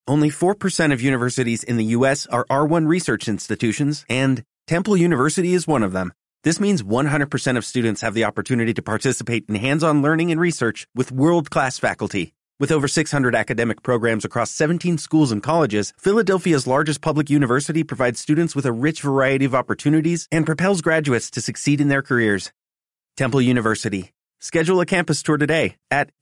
only 4% of universities in the U.S. are R1 research institutions, and Temple University is one of them. This means 100% of students have the opportunity to participate in hands-on learning and research with world-class faculty. With over 600 academic programs across 17 schools and colleges, Philadelphia's largest public university provides students with a rich variety of opportunities and propels graduates to succeed in their careers. Temple University. Schedule a campus tour today at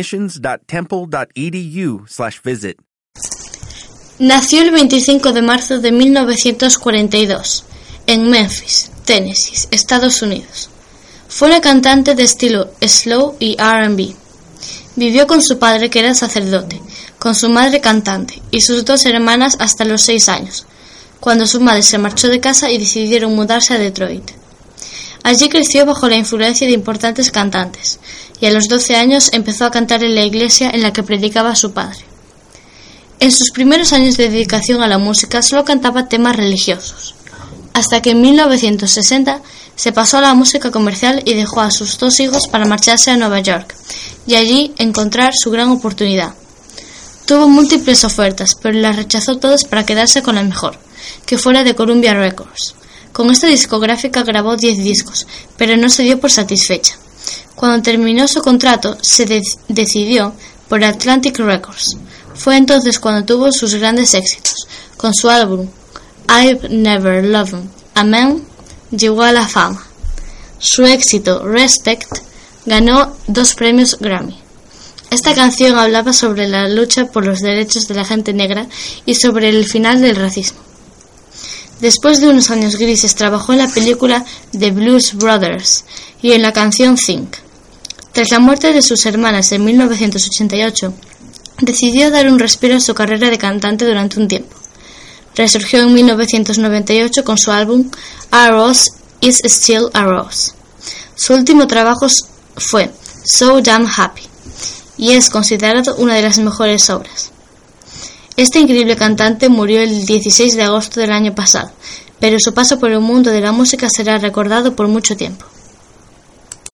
admissions.temple.edu/visit. Nació el 25 de marzo de 1942 en Memphis, Tennessee, Estados Unidos. Fue una cantante de estilo slow y R&B. Vivió con su padre, que era sacerdote, con su madre cantante y sus dos hermanas hasta los 6 años, cuando su madre se marchó de casa y decidieron mudarse a Detroit. Allí creció bajo la influencia de importantes cantantes, y a los 12 años empezó a cantar en la iglesia en la que predicaba su padre. En sus primeros años de dedicación a la música solo cantaba temas religiosos, hasta que en 1960 se pasó a la música comercial y dejó a sus 2 hijos para marcharse a Nueva York y allí encontrar su gran oportunidad. Tuvo múltiples ofertas, pero las rechazó todas para quedarse con la mejor, que fuera de Columbia Records. Con esta discográfica grabó 10 discos, pero no se dio por satisfecha. Cuando terminó su contrato, se decidió por Atlantic Records. Fue entonces cuando tuvo sus grandes éxitos. Con su álbum I've Never Loved a Man, llegó a la fama. Su éxito, Respect, ganó 2 premios Grammy. Esta canción hablaba sobre la lucha por los derechos de la gente negra y sobre el final del racismo. Después de unos años grises, trabajó en la película The Blues Brothers y en la canción Think. Tras la muerte de sus hermanas en 1988, decidió dar un respiro a su carrera de cantante durante un tiempo. Resurgió en 1998 con su álbum A Rose Is Still a Rose. Su último trabajo fue So Damn Happy y es considerado una de las mejores obras. Este increíble cantante murió el 16 de agosto del año pasado, pero su paso por el mundo de la música será recordado por mucho tiempo.